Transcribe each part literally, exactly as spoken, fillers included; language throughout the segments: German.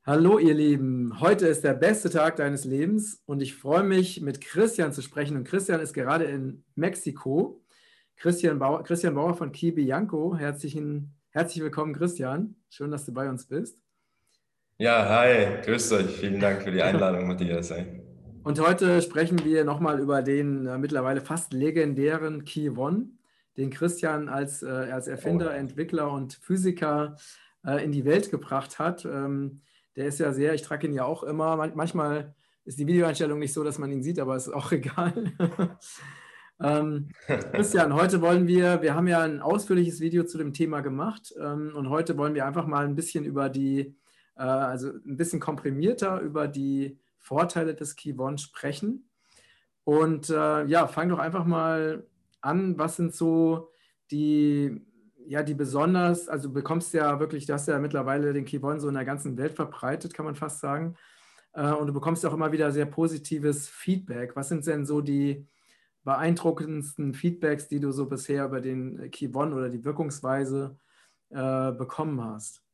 Hallo ihr Lieben, heute ist der beste Tag deines Lebens und ich freue mich, mit Christian zu sprechen. Und Christian ist gerade in Mexiko. Christian Bauer, Christian Bauer von Key Bianco. Herzlichen, herzlich willkommen, Christian. Schön, dass du bei uns bist. Ja, hi, grüßt euch. Vielen Dank für die Einladung, Matthias. Ey. Und heute sprechen wir nochmal über den äh, mittlerweile fast legendären Key One, den Christian als, äh, als Erfinder, Oh. Entwickler und Physiker äh, in die Welt gebracht hat. Ähm, der ist ja sehr, ich trage ihn ja auch immer. Man manchmal ist die Videoeinstellung nicht so, dass man ihn sieht, aber ist auch egal. ähm, Christian, heute wollen wir, wir haben ja ein ausführliches Video zu dem Thema gemacht ähm, und heute wollen wir einfach mal ein bisschen über die, äh, also ein bisschen komprimierter über die Vorteile des Key One sprechen. Und äh, ja, fang doch einfach mal an. Was sind so die, ja, die besonders, also du bekommst ja wirklich, du hast ja mittlerweile den Key One so in der ganzen Welt verbreitet, kann man fast sagen. Äh, und du bekommst auch immer wieder sehr positives Feedback. Was sind denn so die beeindruckendsten Feedbacks, die du so bisher über den Key One oder die Wirkungsweise äh, bekommen hast?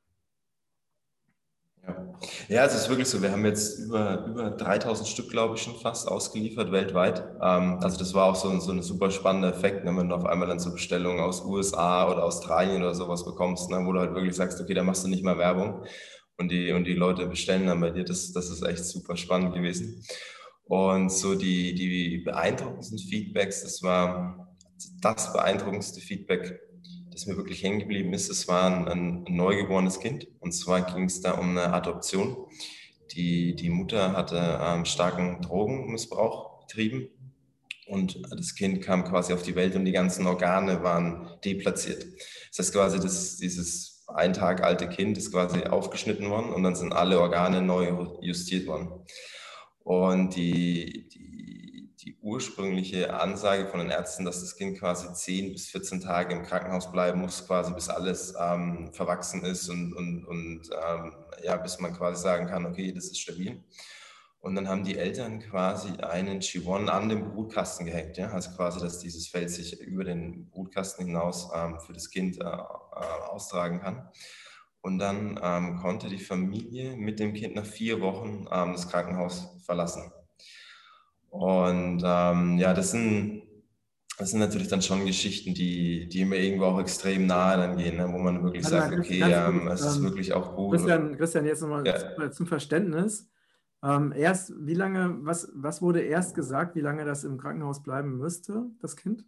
Ja. Ja, es ist wirklich so. Wir haben jetzt über, über dreitausend Stück, glaube ich, schon fast ausgeliefert weltweit. Ähm, also das war auch so, so ein super spannender Effekt, ne, wenn du auf einmal dann so Bestellungen aus U S A oder Australien oder sowas bekommst, ne, wo du halt wirklich sagst, okay, da machst du nicht mal Werbung und die, und die Leute bestellen dann bei dir. Das, das ist echt super spannend gewesen. Und so die, die beeindruckendsten Feedbacks, das war das beeindruckendste Feedback, das mir wirklich hängen geblieben ist. Es war ein, ein neugeborenes Kind. Und zwar ging es da um eine Adoption. Die, die Mutter hatte ähm, starken Drogenmissbrauch betrieben und das Kind kam quasi auf die Welt und die ganzen Organe waren deplatziert. Das heißt quasi, dass dieses ein Tag alte Kind ist quasi aufgeschnitten worden und dann sind alle Organe neu justiert worden. Und die, die, die ursprüngliche Ansage von den Ärzten, dass das Kind quasi zehn bis vierzehn Tage im Krankenhaus bleiben muss, quasi bis alles ähm, verwachsen ist und, und, und ähm, ja, bis man quasi sagen kann, okay, das ist stabil. Und dann haben die Eltern quasi einen Chihuahua an den Brutkasten gehängt. Ja? Also quasi, dass dieses Fell sich über den Brutkasten hinaus ähm, für das Kind äh, äh, austragen kann. Und dann ähm, konnte die Familie mit dem Kind nach vier Wochen ähm, das Krankenhaus verlassen. Und ähm, ja, das sind, das sind natürlich dann schon Geschichten, die, die mir irgendwo auch extrem nahe dann gehen, ne? Wo man wirklich Warte mal, sagt, ganz, okay, ganz kurz. ähm, es ist Ähm, wirklich auch gut. Christian, Christian, jetzt nochmal Ja, zum, zum Verständnis. Ähm, erst, wie lange, was, was wurde erst gesagt, wie lange das im Krankenhaus bleiben müsste, das Kind?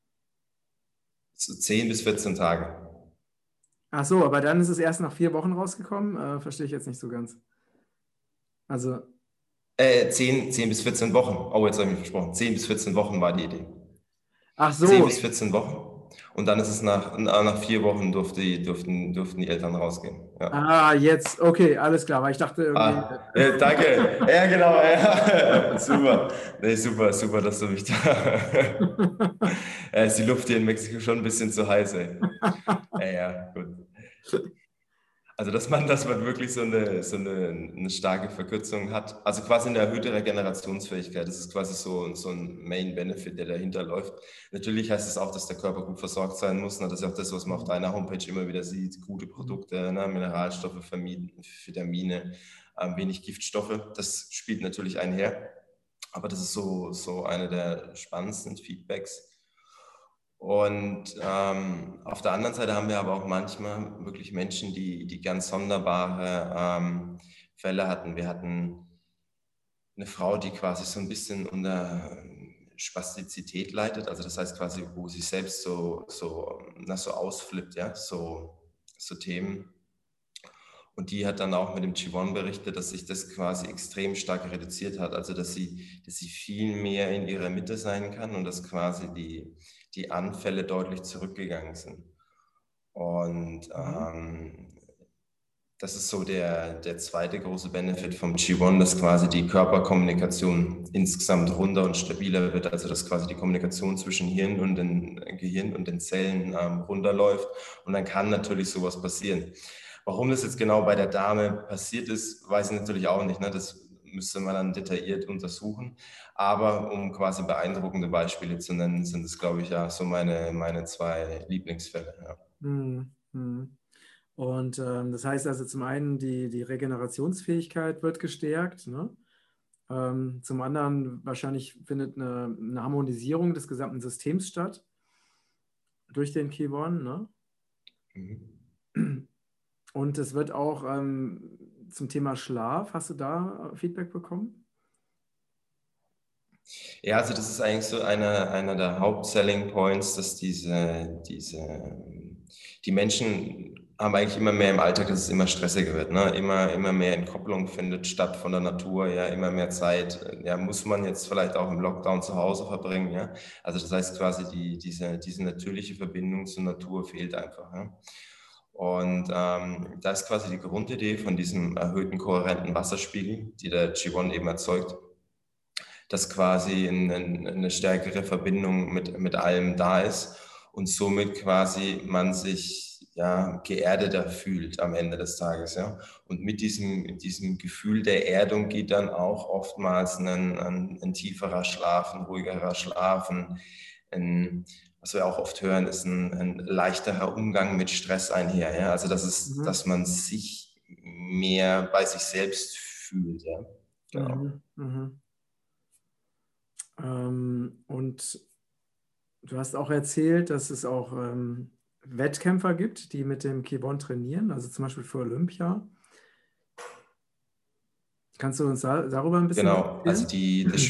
so zehn bis vierzehn Tage. Ach so, aber dann ist es erst nach vier Wochen rausgekommen? Äh, verstehe ich jetzt nicht so ganz. Also, Äh, zehn, zehn bis vierzehn Wochen. Oh, jetzt habe ich mich versprochen. Zehn bis vierzehn Wochen war die Idee. ach Zehn so. bis vierzehn Wochen. Und dann ist es nach, nach vier Wochen durfte die, durften, durften die Eltern rausgehen. Ja. Ah, jetzt, okay, alles klar, weil ich dachte irgendwie. Ah, ja, danke. Ja, genau. Ja. Super. Nee, super, super, dass du mich da. Ja, ist die Luft hier in Mexiko schon ein bisschen zu heiß, ey. Ja, ja, gut. Also, dass man, dass man wirklich so eine, so eine, eine starke Verkürzung hat, also quasi eine erhöhte Regenerationsfähigkeit, das ist quasi so, so ein Main Benefit, der dahinter läuft. Natürlich heißt es auch, dass der Körper gut versorgt sein muss, ne? Das ist auch das, was man auf deiner Homepage immer wieder sieht, gute Produkte, ne? Mineralstoffe, Vitamine, ähm, wenig Giftstoffe, das spielt natürlich einher, aber das ist so, so eine der spannendsten Feedbacks. Und ähm, auf der anderen Seite haben wir aber auch manchmal wirklich Menschen, die, die ganz sonderbare ähm, Fälle hatten. Wir hatten eine Frau, die quasi so ein bisschen unter Spastizität leidet, also das heißt quasi, wo sie selbst so, so, na, so ausflippt, ja, so, so Themen. Und die hat dann auch mit dem Qigong berichtet, dass sich das quasi extrem stark reduziert hat. Also dass sie, dass sie viel mehr in ihrer Mitte sein kann und dass quasi die, die Anfälle deutlich zurückgegangen sind. Und Mhm. ähm, das ist so der, der zweite große Benefit vom Qigong, dass quasi die Körperkommunikation insgesamt runder und stabiler wird, also dass quasi die Kommunikation zwischen Hirn und den Gehirn und den Zellen ähm, runterläuft. Und dann kann natürlich sowas passieren. Warum das jetzt genau bei der Dame passiert ist, weiß ich natürlich auch nicht. Ne? Das müsste man dann detailliert untersuchen. Aber um quasi beeindruckende Beispiele zu nennen, sind es, glaube ich, ja so meine, meine zwei Lieblingsfälle. Ja. Mhm. Mhm. Und ähm, das heißt also zum einen, die, die Regenerationsfähigkeit wird gestärkt, ne? Ähm, zum anderen wahrscheinlich findet eine, eine Harmonisierung des gesamten Systems statt durch den Qi One, ne? Mhm. Und es wird auch ähm, zum Thema Schlaf, hast du da Feedback bekommen? Ja, also das ist eigentlich so einer, einer der Haupt-Selling Points, dass diese, diese, die Menschen haben eigentlich immer mehr im Alltag, dass es immer stressiger wird, ne? Immer, immer mehr Entkopplung findet statt von der Natur, ja, immer mehr Zeit, ja, muss man jetzt vielleicht auch im Lockdown zu Hause verbringen, ja. Also das heißt quasi, die, diese, diese natürliche Verbindung zur Natur fehlt einfach, ja. Und ähm, da ist quasi die Grundidee von diesem erhöhten kohärenten Wasserspiegel, die der Qi One eben erzeugt, dass quasi eine, eine stärkere Verbindung mit, mit allem da ist und somit quasi man sich ja, geerdeter fühlt am Ende des Tages. Ja. Und mit diesem, diesem Gefühl der Erdung geht dann auch oftmals ein, ein, ein tieferer Schlaf, ein ruhigerer Schlaf, ein, ein, was wir auch oft hören, ist ein, ein leichterer Umgang mit Stress einher. Ja. Also das ist, Mhm. dass man sich mehr bei sich selbst fühlt. Ja. Genau. Mhm. Mhm. Ähm, und du hast auch erzählt, dass es auch ähm, Wettkämpfer gibt, die mit dem Qi One trainieren, also zum Beispiel für Olympia. Kannst du uns da, darüber ein bisschen was Genau, also erzählen? die, das,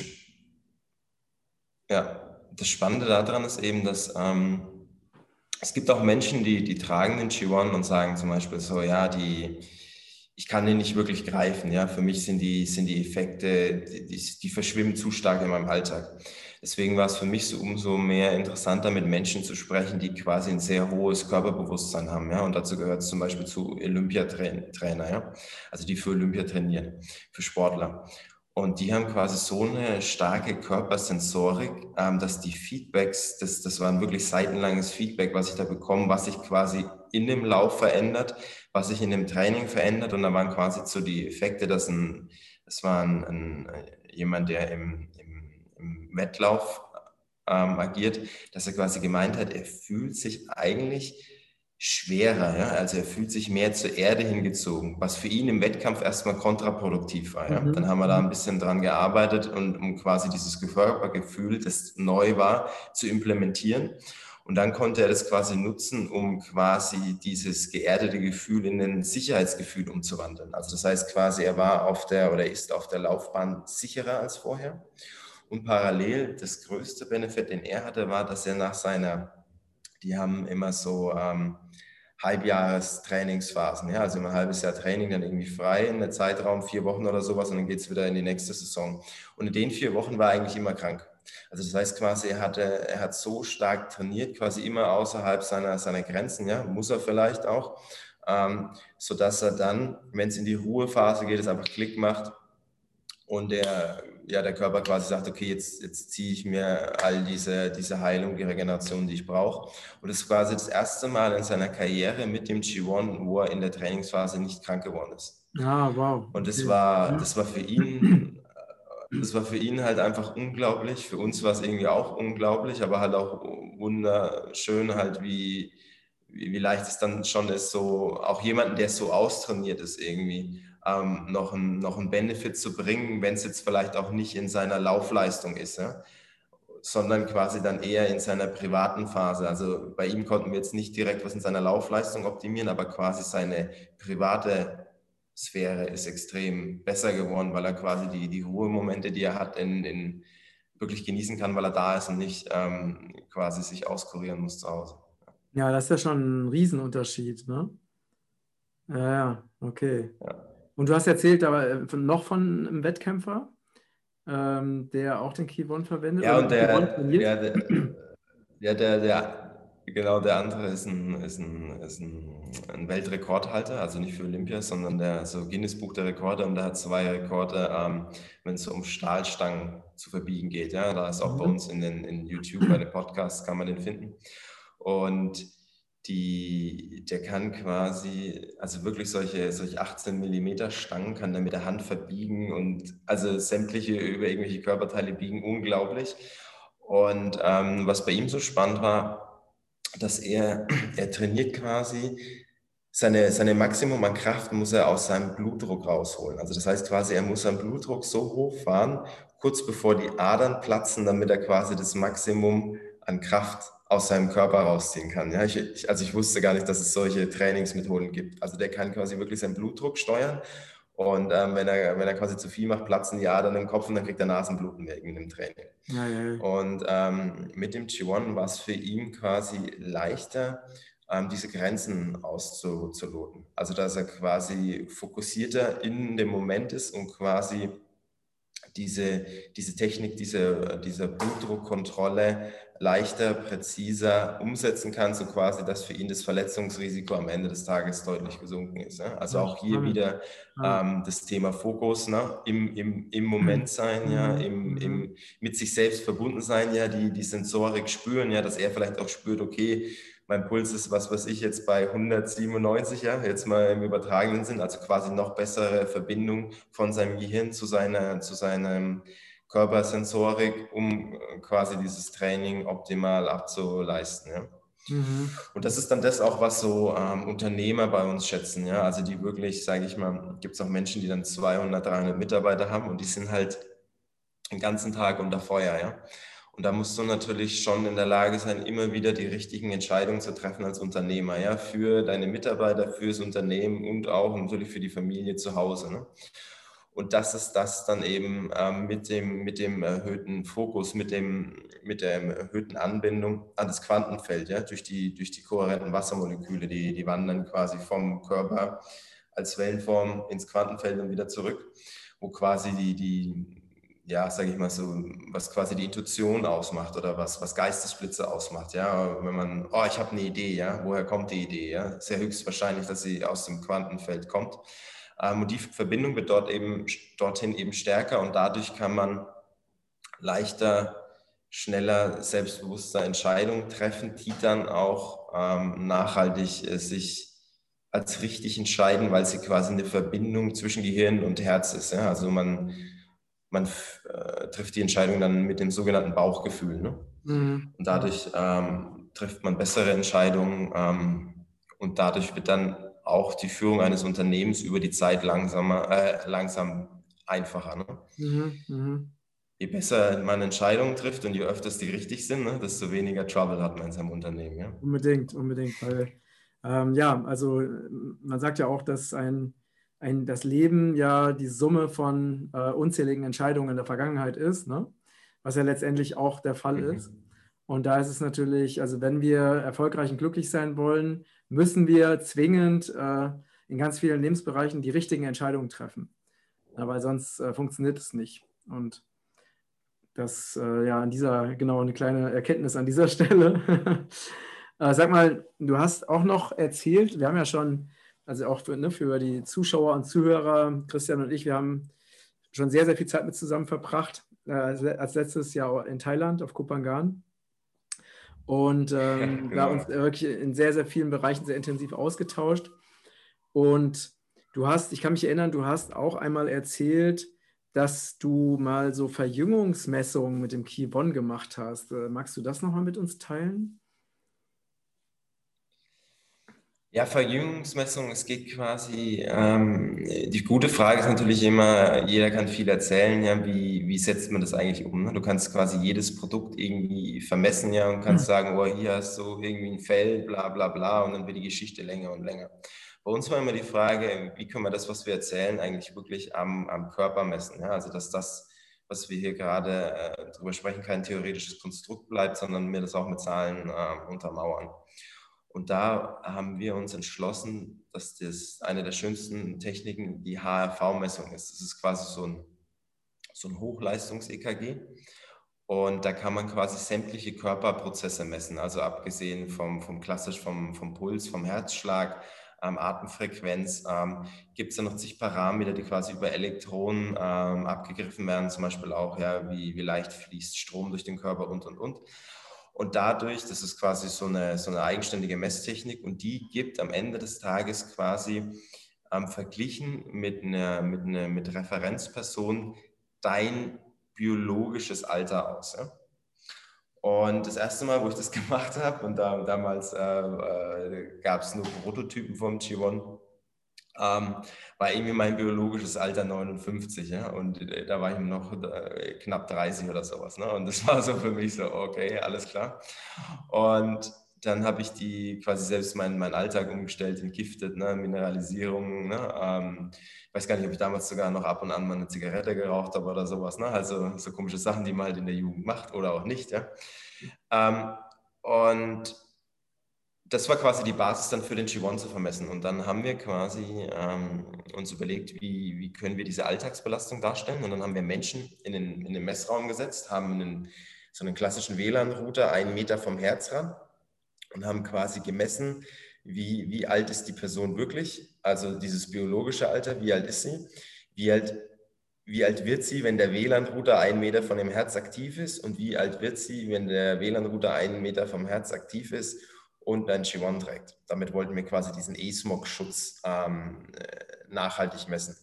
ja, das Spannende daran ist eben, dass ähm, es gibt auch Menschen, die, die tragen den Qi One und sagen zum Beispiel so, ja, die, ich kann den nicht wirklich greifen, ja, für mich sind die, sind die Effekte, die, die, die verschwimmen zu stark in meinem Alltag. Deswegen war es für mich so umso mehr interessanter, mit Menschen zu sprechen, die quasi ein sehr hohes Körperbewusstsein haben, ja, und dazu gehört es zum Beispiel zu Olympiatrainer, ja, also die für Olympia trainieren, für Sportler. Und die haben quasi so eine starke Körpersensorik, ähm, dass die Feedbacks, das, das war ein wirklich seitenlanges Feedback, was ich da bekomme, was sich quasi in dem Lauf verändert, was sich in dem Training verändert. Und da waren quasi so die Effekte, dass ein, das war ein, ein, jemand, der im, im, im Wettlauf ähm, agiert, dass er quasi gemeint hat, er fühlt sich eigentlich schwerer, ja? Also er fühlt sich mehr zur Erde hingezogen, was für ihn im Wettkampf erstmal kontraproduktiv war. Ja? Dann Mhm. haben wir da Mhm. ein bisschen dran gearbeitet und um quasi dieses Körpergefühl, das neu war, zu implementieren. Und dann konnte er das quasi nutzen, um quasi dieses geerdete Gefühl in ein Sicherheitsgefühl umzuwandeln. Also das heißt quasi, er war auf der oder ist auf der Laufbahn sicherer als vorher. Und parallel das größte Benefit, den er hatte, war, dass er nach seiner, die haben immer so ähm, Halbjahrestrainingsphasen, ja, also immer ein halbes Jahr Training, dann irgendwie frei, in einem Zeitraum, vier Wochen oder sowas und dann geht es wieder in die nächste Saison. Und in den vier Wochen war er eigentlich immer krank. Also das heißt quasi, er, hatte, er hat so stark trainiert, quasi immer außerhalb seiner, seiner Grenzen, ja, muss er vielleicht auch, ähm, sodass er dann, wenn es in die Ruhephase geht, es einfach Klick macht und der, ja, der Körper quasi sagt, okay, jetzt, jetzt ziehe ich mir all diese, diese Heilung, die Regeneration, die ich brauche. Und das ist quasi das erste Mal in seiner Karriere mit dem Qi One, wo er in der Trainingsphase nicht krank geworden ist. Ah, wow, Und das okay. war, Mhm. das war für ihn, das war für ihn halt einfach unglaublich. Für uns war es irgendwie auch unglaublich, aber halt auch wunderschön halt, wie, wie, wie leicht es dann schon ist, so auch jemanden, der so austrainiert ist irgendwie, ähm, noch, ein, noch einen Benefit zu bringen, wenn es jetzt vielleicht auch nicht in seiner Laufleistung ist, ja? Sondern quasi dann eher in seiner privaten Phase. Also bei ihm konnten wir jetzt nicht direkt was in seiner Laufleistung optimieren, aber quasi seine private Sphäre ist extrem besser geworden, weil er quasi die, die Ruhemomente, die er hat, in, in wirklich genießen kann, weil er da ist und nicht ähm, quasi sich auskurieren muss zu Hause. Ja, das ist ja schon ein Riesenunterschied, ne? Ja, ja, okay. Ja. Und du hast erzählt, aber äh, von- noch von einem Wettkämpfer, ähm, der auch den Qi One verwendet Ja, oder und den Qi One der, trainiert. ja, der, ja, der, der, genau, der andere ist ein, ist ein, ist ein, ein Weltrekordhalter, also nicht für Olympia, sondern der so Guinness Buch der Rekorde und der hat zwei Rekorde, ähm, wenn es so um Stahlstangen zu verbiegen geht. Ja, da ist auch bei Mhm. uns in den in YouTube bei den Podcasts kann man den finden. Und die, der kann quasi, also wirklich solche, solche achtzehn Millimeter Stangen kann er mit der Hand verbiegen und also sämtliche über irgendwelche Körperteile biegen, unglaublich. Und ähm, was bei ihm so spannend war, dass er, er trainiert quasi seine, seine Maximum an Kraft muss er aus seinem Blutdruck rausholen. Also das heißt quasi, er muss seinen Blutdruck so hoch fahren, kurz bevor die Adern platzen, damit er quasi das Maximum an Kraft aus seinem Körper rausziehen kann. Ja, ich, ich, also ich wusste gar nicht, dass es solche Trainingsmethoden gibt. Also der kann quasi wirklich seinen Blutdruck steuern und ähm, wenn er, wenn er quasi zu viel macht, platzen die Adern im Kopf und dann kriegt er Nasenbluten wegen dem Training. Ja, ja, ja. Und ähm, mit dem G eins war es für ihn quasi leichter, ähm, diese Grenzen auszuloten. Also dass er quasi fokussierter in dem Moment ist und quasi diese, diese Technik, diese, diese Blutdruckkontrolle leichter, präziser umsetzen kann, so quasi, dass für ihn das Verletzungsrisiko am Ende des Tages deutlich gesunken ist. Ne? Also Ja, auch hier spannend. wieder Spannend. ähm, das Thema Fokus, ne? Im, im, im Moment sein, ja, Mhm, im, mhm. im, mit sich selbst verbunden sein, ja, die, die Sensorik spüren, ja, dass er vielleicht auch spürt, okay, mein Puls ist, was weiß ich, jetzt bei hundertsiebenundneunzig, ja, jetzt mal im übertragenen Sinn, also quasi noch bessere Verbindung von seinem Gehirn zu seiner, zu seinem Körpersensorik, um quasi dieses Training optimal abzuleisten. Ja. Mhm. Und das ist dann das auch, was so ähm, Unternehmer bei uns schätzen. Ja. Also die wirklich, sage ich mal, gibt es auch Menschen, die dann zweihundert, dreihundert Mitarbeiter haben und die sind halt den ganzen Tag unter Feuer. Ja. Und da musst du natürlich schon in der Lage sein, immer wieder die richtigen Entscheidungen zu treffen als Unternehmer, ja, für deine Mitarbeiter, fürs Unternehmen und auch natürlich für die Familie zu Hause. Ne? Und das ist das dann eben ähm, mit, dem, mit dem erhöhten Fokus, mit, dem, mit der erhöhten Anbindung an das Quantenfeld, ja, durch die, durch die kohärenten Wassermoleküle, die, die wandern quasi vom Körper als Wellenform ins Quantenfeld und wieder zurück, wo quasi die, die ja, sage ich mal so, was quasi die Intuition ausmacht oder was, was Geistesblitze ausmacht, ja, wenn man, oh, ich habe eine Idee, ja, woher kommt die Idee, ja, sehr höchstwahrscheinlich, dass sie aus dem Quantenfeld kommt. Ähm, und die Verbindung wird dort eben, dorthin eben stärker und dadurch kann man leichter, schneller, selbstbewusster Entscheidungen treffen, die dann auch ähm, nachhaltig äh, sich als richtig entscheiden, weil sie quasi eine Verbindung zwischen Gehirn und Herz ist. Ja? Also man, man äh, trifft die Entscheidung dann mit dem sogenannten Bauchgefühl. Ne? Mhm. Und dadurch ähm, trifft man bessere Entscheidungen ähm, und dadurch wird dann auch die Führung eines Unternehmens über die Zeit langsamer, äh, langsam einfacher. Ne? Mhm. Mhm. Je besser man Entscheidungen trifft und je öfter die richtig sind, ne, desto weniger Trouble hat man in seinem Unternehmen. Ja? Unbedingt, unbedingt, weil ähm, ja, also äh, man sagt ja auch, dass ein, ein, das Leben ja die Summe von äh, unzähligen Entscheidungen in der Vergangenheit ist, ne? Was ja letztendlich auch der Fall ist. Mhm. Und da ist es natürlich, also wenn wir erfolgreich und glücklich sein wollen, müssen wir zwingend äh, in ganz vielen Lebensbereichen die richtigen Entscheidungen treffen. Ja, weil sonst äh, funktioniert es nicht. Und das, äh, ja, an dieser, genau, eine kleine Erkenntnis an dieser Stelle. äh, sag mal, du hast auch noch erzählt, wir haben ja schon, also auch für, ne, für die Zuschauer und Zuhörer, Christian und ich, wir haben schon sehr, sehr viel Zeit mit zusammen verbracht, äh, als letztes Jahr in Thailand auf Koh Phangan. Und Ja, ähm, da uns genau. wirklich in sehr, sehr vielen Bereichen sehr intensiv ausgetauscht. Und du hast, ich kann mich erinnern, du hast auch einmal erzählt, dass du mal so Verjüngungsmessungen mit dem Key One gemacht hast. Äh, magst du das nochmal mit uns teilen? Ja, Verjüngungsmessung, es geht quasi, ähm, die gute Frage ist natürlich immer, jeder kann viel erzählen, ja, wie, wie setzt man das eigentlich um? Ne? Du kannst quasi jedes Produkt irgendwie vermessen, ja, und kannst sagen, oh, hier hast du irgendwie ein Fell, bla bla bla, und dann wird die Geschichte länger und länger. Bei uns war immer die Frage, wie können wir das, was wir erzählen, eigentlich wirklich am, am Körper messen? Ja? Also, dass das, was wir hier gerade äh, drüber sprechen, kein theoretisches Konstrukt bleibt, sondern wir das auch mit Zahlen äh, untermauern. Und da haben wir uns entschlossen, dass das eine der schönsten Techniken die H R V-Messung ist. Das ist quasi so ein, so ein Hochleistungs-E K G. Und da kann man quasi sämtliche Körperprozesse messen. Also abgesehen vom, vom klassisch vom, vom Puls, vom Herzschlag, ähm, Atemfrequenz, ähm, gibt es da noch zig Parameter, die quasi über Elektronen ähm, abgegriffen werden. Zum Beispiel auch, ja, wie, wie leicht fließt Strom durch den Körper und, und, und. Und dadurch, das ist quasi so eine, so eine eigenständige Messtechnik und die gibt am Ende des Tages quasi ähm, verglichen mit einer, mit einer mit Referenzperson dein biologisches Alter aus. Ja? Und das erste Mal, wo ich das gemacht habe, und da, damals äh, äh, gab es nur Prototypen vom G eins, ähm, war irgendwie mein biologisches Alter neunundfünfzig, ja, und äh, da war ich noch äh, knapp dreißig oder sowas, ne? Und das war so für mich so, okay, alles klar. Und dann habe ich die quasi selbst meinen mein Alltag umgestellt, entgiftet, ne? Mineralisierung, ne? Ähm, ich weiß gar nicht, ob ich damals sogar noch ab und an mal eine Zigarette geraucht habe oder sowas, ne? Also so komische Sachen, die man halt in der Jugend macht oder auch nicht, ja. Ähm, und das war quasi die Basis dann für den G eins zu vermessen. Und dann haben wir quasi ähm, uns überlegt, wie, wie können wir diese Alltagsbelastung darstellen. Und dann haben wir Menschen in den, in den Messraum gesetzt, haben einen, so einen klassischen W L A N-Router einen Meter vom Herz ran und haben quasi gemessen, wie, wie alt ist die Person wirklich, also dieses biologische Alter, wie alt ist sie, wie alt, wie alt wird sie, wenn der W L A N-Router einen Meter von dem Herz aktiv ist und wie alt wird sie, wenn der W L A N-Router einen Meter vom Herz aktiv ist und ein G eins trägt. Damit wollten wir quasi diesen E-Smog-Schutz ähm, nachhaltig messen.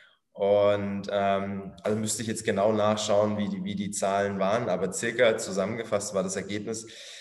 Und ähm, also müsste ich jetzt genau nachschauen, wie die, wie die Zahlen waren, aber circa zusammengefasst war das Ergebnis,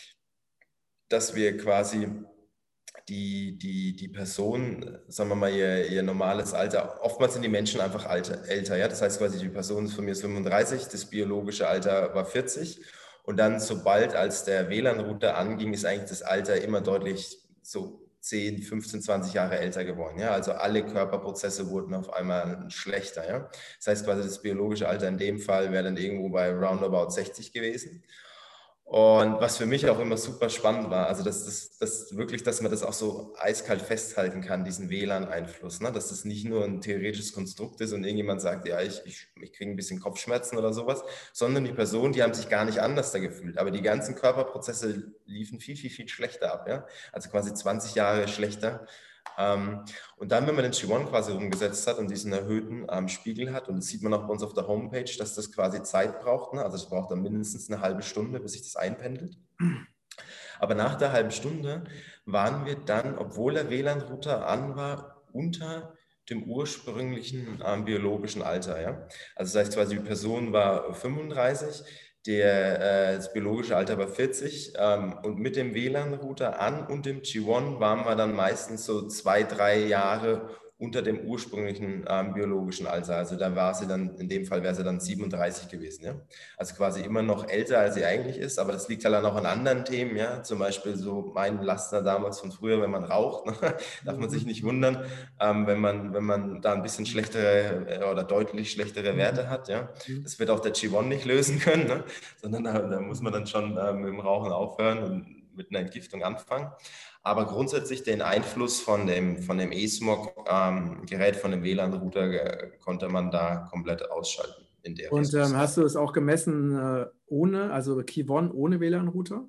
dass wir quasi die, die, die Person, sagen wir mal, ihr, ihr normales Alter, oftmals sind die Menschen einfach alter, älter, ja, das heißt quasi, die Person ist von mir ist fünfunddreißig, das biologische Alter war vierzig und dann, sobald als der W L A N-Router anging, ist eigentlich das Alter immer deutlich so zehn, fünfzehn, zwanzig Jahre älter geworden, ja, also alle Körperprozesse wurden auf einmal schlechter, ja, das heißt quasi, das biologische Alter in dem Fall wäre dann irgendwo bei roundabout sechzig gewesen. Und was für mich auch immer super spannend war, also dass das, das wirklich, dass man das auch so eiskalt festhalten kann, diesen W L A N-Einfluss, ne? Dass das nicht nur ein theoretisches Konstrukt ist und irgendjemand sagt, ja, ich, ich, ich kriege ein bisschen Kopfschmerzen oder sowas, sondern die Personen, die haben sich gar nicht anders da gefühlt, aber die ganzen Körperprozesse liefen viel, viel, viel schlechter ab, ja? Also quasi zwanzig Jahre schlechter. Ähm, und dann, wenn man den G eins quasi umgesetzt hat und diesen erhöhten ähm, Spiegel hat, und das sieht man auch bei uns auf der Homepage, dass das quasi Zeit braucht, ne? Also es braucht dann mindestens eine halbe Stunde, bis sich das einpendelt. Aber nach der halben Stunde waren wir dann, obwohl der W L A N-Router an war, unter dem ursprünglichen ähm, biologischen Alter. Ja? Also das heißt quasi, die Person war fünfunddreißig, der, äh, das biologische Alter war vierzig ähm, und mit dem W L A N-Router an und dem G eins waren wir dann meistens so zwei, drei Jahre unter dem ursprünglichen ähm, biologischen Alter. Also da war sie dann, in dem Fall wäre sie dann siebenunddreißig gewesen. Ja? Also quasi immer noch älter, als sie eigentlich ist, aber das liegt halt dann auch an anderen Themen, ja, zum Beispiel so mein Laster damals von früher, wenn man raucht, ne? Darf man sich nicht wundern, ähm, wenn man, wenn man da ein bisschen schlechtere äh, oder deutlich schlechtere Werte hat, ja, das wird auch der G eins nicht lösen können, ne? Sondern da, da muss man dann schon äh, mit dem Rauchen aufhören und mit einer Entgiftung anfangen. Aber grundsätzlich den Einfluss von dem, von dem E-Smog-Gerät, ähm, von dem W L A N-Router äh, konnte man da komplett ausschalten in der Und ähm, hast Resource. du es auch gemessen äh, ohne, also Key One ohne W L A N-Router?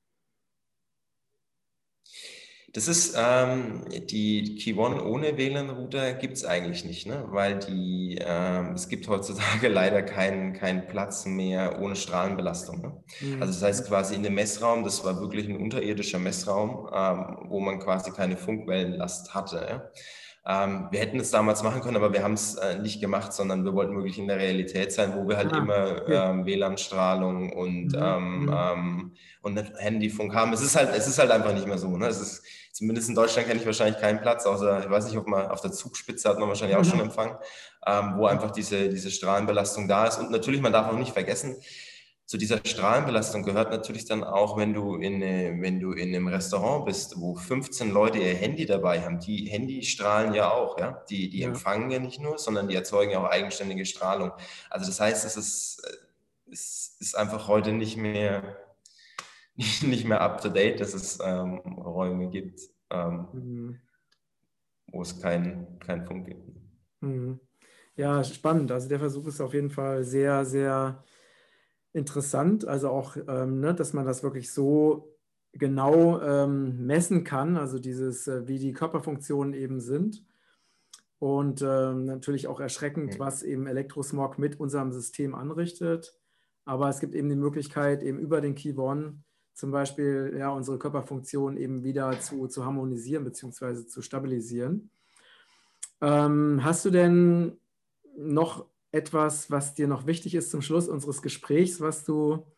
Das ist ähm, die Key One ohne W L A N-Router gibt es eigentlich nicht, ne? Weil die, ähm, es gibt heutzutage leider keinen keinen Platz mehr ohne Strahlenbelastung. Ne? Also Mhm. das heißt quasi in dem Messraum, das war wirklich ein unterirdischer Messraum, ähm, wo man quasi keine Funkwellenlast hatte. Ja? Ähm, wir hätten es damals machen können, aber wir haben es äh, nicht gemacht, sondern wir wollten wirklich in der Realität sein, wo wir halt Ah, immer okay. ähm, W L A N-Strahlung und, Mhm. ähm, Mhm. ähm, und Handyfunk haben. Es ist halt, es ist halt einfach nicht mehr so. Ne? Es ist, zumindest in Deutschland kenne ich wahrscheinlich keinen Platz, außer, ich weiß nicht, ob man auf der Zugspitze hat man wahrscheinlich auch schon Empfang, ähm, wo einfach diese, diese Strahlenbelastung da ist. Und natürlich, man darf auch nicht vergessen, zu dieser Strahlenbelastung gehört natürlich dann auch, wenn du in, wenn du in einem Restaurant bist, wo fünfzehn Leute ihr Handy dabei haben. Die Handys strahlen ja auch, ja. Die, die Ja. empfangen ja nicht nur, sondern die erzeugen ja auch eigenständige Strahlung. Also das heißt, es ist, es ist einfach heute nicht mehr, nicht mehr up to date, dass es ähm, Räume gibt, ähm, Mhm. wo es keinen kein Funk gibt. Mhm. Ja, spannend. Also der Versuch ist auf jeden Fall sehr, sehr interessant. Also auch, ähm, ne, dass man das wirklich so genau ähm, messen kann, also dieses, äh, wie die Körperfunktionen eben sind. Und ähm, natürlich auch erschreckend, was eben Elektrosmog mit unserem System anrichtet. Aber es gibt eben die Möglichkeit, eben über den Key One zum Beispiel ja, unsere Körperfunktion eben wieder zu, zu harmonisieren bzw. zu stabilisieren. Ähm, hast du denn noch etwas, was dir noch wichtig ist zum Schluss unseres Gesprächs, was du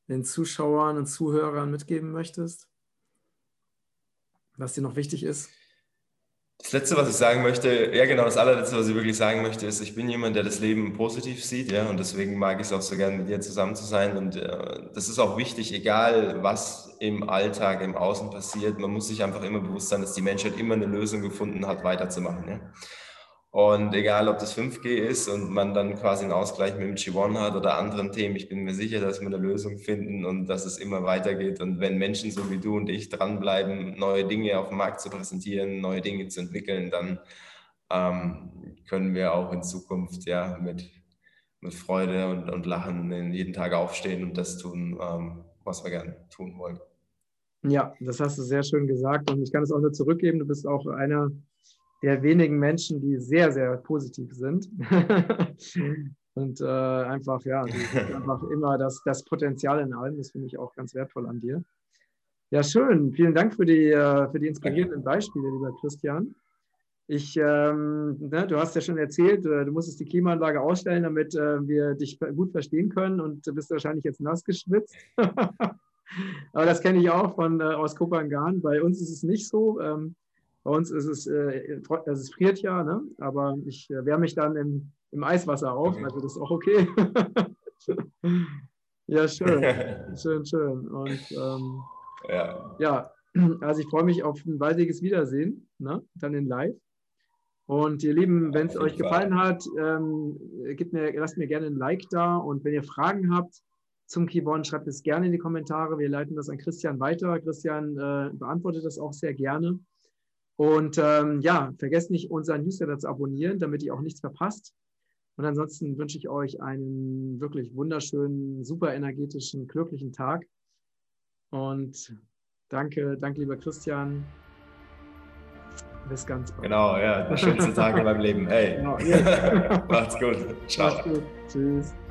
den Zuschauern und Zuhörern mitgeben möchtest? Was dir noch wichtig ist? Das Letzte, was ich sagen möchte, ja genau, das allerletzte, was ich wirklich sagen möchte, ist, ich bin jemand, der das Leben positiv sieht, ja, und deswegen mag ich es auch so gerne, mit dir zusammen zu sein. Und äh, das ist auch wichtig, egal was im Alltag, im Außen passiert, man muss sich einfach immer bewusst sein, dass die Menschheit immer eine Lösung gefunden hat, weiterzumachen, ja. Und egal, ob das fünf G ist und man dann quasi einen Ausgleich mit dem G eins hat oder anderen Themen, ich bin mir sicher, dass wir eine Lösung finden und dass es immer weitergeht. Und wenn Menschen so wie du und ich dranbleiben, neue Dinge auf dem Markt zu präsentieren, neue Dinge zu entwickeln, dann ähm, können wir auch in Zukunft ja mit, mit Freude und, und Lachen jeden Tag aufstehen und das tun, ähm, was wir gerne tun wollen. Ja, das hast du sehr schön gesagt und ich kann es auch nur zurückgeben. Du bist auch einer der wenigen Menschen, die sehr, sehr positiv sind. Und äh, einfach, ja, du siehst einfach immer das, das Potenzial in allem. Das finde ich auch ganz wertvoll an dir. Ja, schön. Vielen Dank für die, äh, für die inspirierenden Beispiele, lieber Christian. Ich, ähm, ne, du hast ja schon erzählt, äh, du musstest die Klimaanlage ausstellen, damit äh, wir dich gut verstehen können und du bist wahrscheinlich jetzt nass geschwitzt. Aber das kenne ich auch von, äh, aus Kopangan. Bei uns ist es nicht so. Ähm, bei uns ist es, äh, es friert ja, ne? Aber ich äh, wärme mich dann im, im Eiswasser auf, okay. Also das ist auch okay. Ja, schön. Schön, schön. Und ähm, ja. ja, also ich freue mich auf ein baldiges Wiedersehen, ne? Dann in live. Und ihr Lieben, wenn es euch gefallen Fall. hat, ähm, gebt mir, lasst mir gerne ein Like da. Und wenn ihr Fragen habt zum Kibon, schreibt es gerne in die Kommentare. Wir leiten das an Christian weiter. Christian äh, beantwortet das auch sehr gerne. Und ähm, ja, vergesst nicht, unseren Newsletter zu abonnieren, damit ihr auch nichts verpasst. Und ansonsten wünsche ich euch einen wirklich wunderschönen, super energetischen, glücklichen Tag. Und danke, danke, lieber Christian. Bis ganz bald. Genau, ja, der schönste Tag in meinem Leben. Hey, genau, yeah. Macht's gut. Ciao. Macht's gut. Tschüss.